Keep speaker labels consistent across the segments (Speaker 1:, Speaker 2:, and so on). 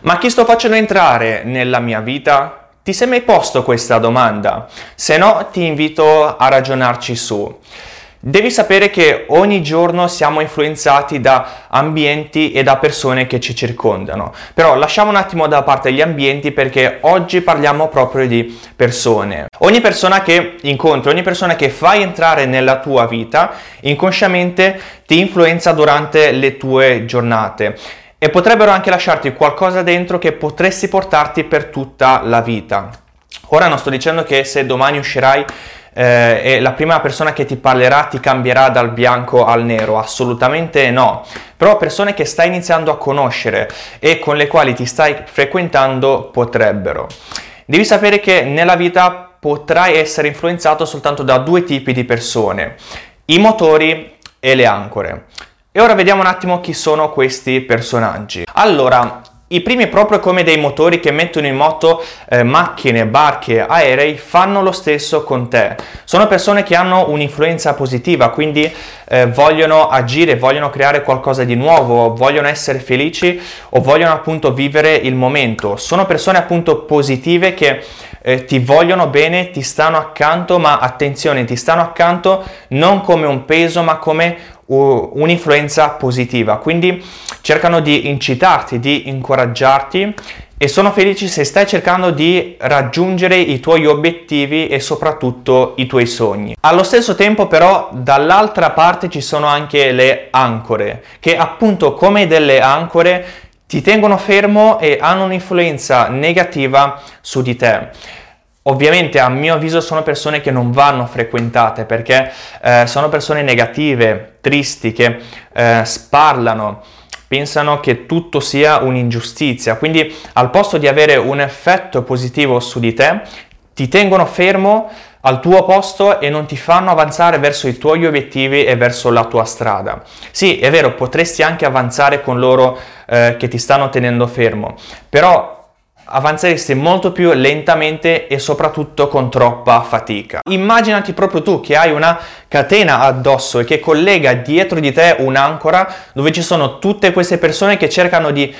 Speaker 1: Ma chi sto facendo entrare nella mia vita? Ti sei mai posto questa domanda? Se no, ti invito a ragionarci su. Devi sapere che ogni giorno siamo influenzati da ambienti e da persone che ci circondano. Però lasciamo un attimo da parte gli ambienti perché oggi parliamo proprio di persone. Ogni persona che incontri, ogni persona che fai entrare nella tua vita, inconsciamente ti influenza durante le tue giornate. E potrebbero anche lasciarti qualcosa dentro che potresti portarti per tutta la vita. Ora non sto dicendo che se domani uscirai e la prima persona che ti parlerà ti cambierà dal bianco al nero, assolutamente no. Però persone che stai iniziando a conoscere e con le quali ti stai frequentando potrebbero. Devi sapere che nella vita potrai essere influenzato soltanto da due tipi di persone: i motori e le ancore. E ora vediamo un attimo chi sono questi personaggi. Allora, i primi, proprio come dei motori che mettono in moto macchine, barche, aerei, fanno lo stesso con te. Sono persone che hanno un'influenza positiva, quindi vogliono agire, vogliono creare qualcosa di nuovo, vogliono essere felici o vogliono appunto vivere il momento. Sono persone appunto positive che ti vogliono bene, ti stanno accanto, ma attenzione, ti stanno accanto non come un peso, ma come un'influenza positiva. Quindi cercano di incitarti, di incoraggiarti e sono felici se stai cercando di raggiungere i tuoi obiettivi e soprattutto i tuoi sogni. Allo stesso tempo però dall'altra parte ci sono anche le ancore, che appunto come delle ancore ti tengono fermo e hanno un'influenza negativa su di te. Ovviamente a mio avviso sono persone che non vanno frequentate perché sono persone negative, tristi, che sparlano, pensano che tutto sia un'ingiustizia. Quindi al posto di avere un effetto positivo su di te, ti tengono fermo al tuo posto e non ti fanno avanzare verso i tuoi obiettivi e verso la tua strada. Sì, è vero, potresti anche avanzare con loro che ti stanno tenendo fermo, però avanzeresti molto più lentamente e soprattutto con troppa fatica. Immaginati proprio tu che hai una catena addosso e che collega dietro di te un'ancora dove ci sono tutte queste persone che cercano di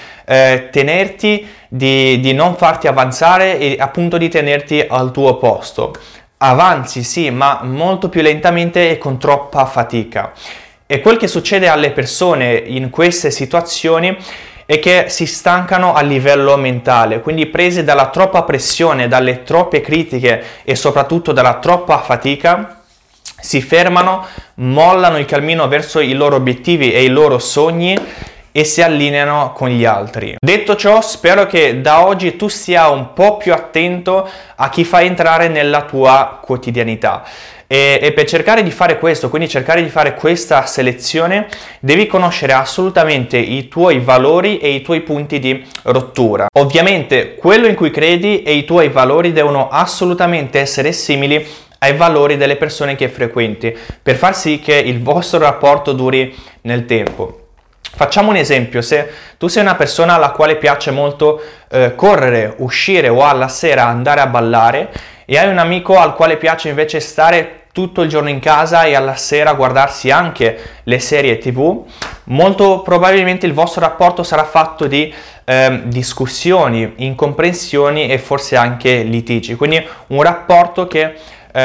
Speaker 1: tenerti, di non farti avanzare e appunto di tenerti al tuo posto. Avanzi sì, ma molto più lentamente e con troppa fatica. E quel che succede alle persone in queste situazioni è che si stancano a livello mentale, quindi prese dalla troppa pressione, dalle troppe critiche e soprattutto dalla troppa fatica, si fermano, mollano il cammino verso i loro obiettivi e i loro sogni e si allineano con gli altri. Detto ciò, spero che da oggi tu sia un po' più attento a chi fa entrare nella tua quotidianità. E per cercare di fare questo, quindi cercare di fare questa selezione, devi conoscere assolutamente i tuoi valori e i tuoi punti di rottura. Ovviamente quello in cui credi e i tuoi valori devono assolutamente essere simili ai valori delle persone che frequenti, per far sì che il vostro rapporto duri nel tempo. Facciamo un esempio: se tu sei una persona alla quale piace molto correre, uscire o alla sera andare a ballare e hai un amico al quale piace invece stare tutto il giorno in casa e alla sera guardarsi anche le serie TV, molto probabilmente il vostro rapporto sarà fatto di discussioni, incomprensioni e forse anche litigi. Quindi un rapporto che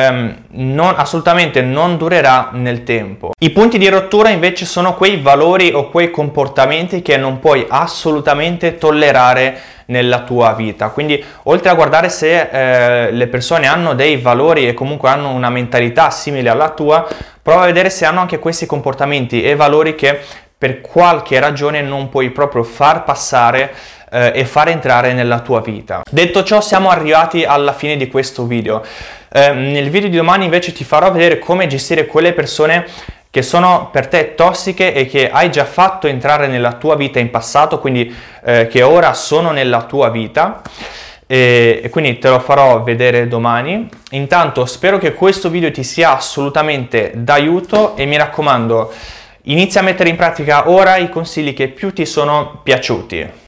Speaker 1: assolutamente non durerà nel tempo. I punti di rottura invece sono quei valori o quei comportamenti che non puoi assolutamente tollerare nella tua vita. Quindi oltre a guardare se le persone hanno dei valori e comunque hanno una mentalità simile alla tua, prova a vedere se hanno anche questi comportamenti e valori che per qualche ragione non puoi proprio far passare e far entrare nella tua vita. Detto ciò, siamo arrivati alla fine di questo video. Nel video di domani invece ti farò vedere come gestire quelle persone che sono per te tossiche e che hai già fatto entrare nella tua vita in passato, quindi che ora sono nella tua vita. E quindi te lo farò vedere domani. Intanto spero che questo video ti sia assolutamente d'aiuto e mi raccomando, inizia a mettere in pratica ora i consigli che più ti sono piaciuti.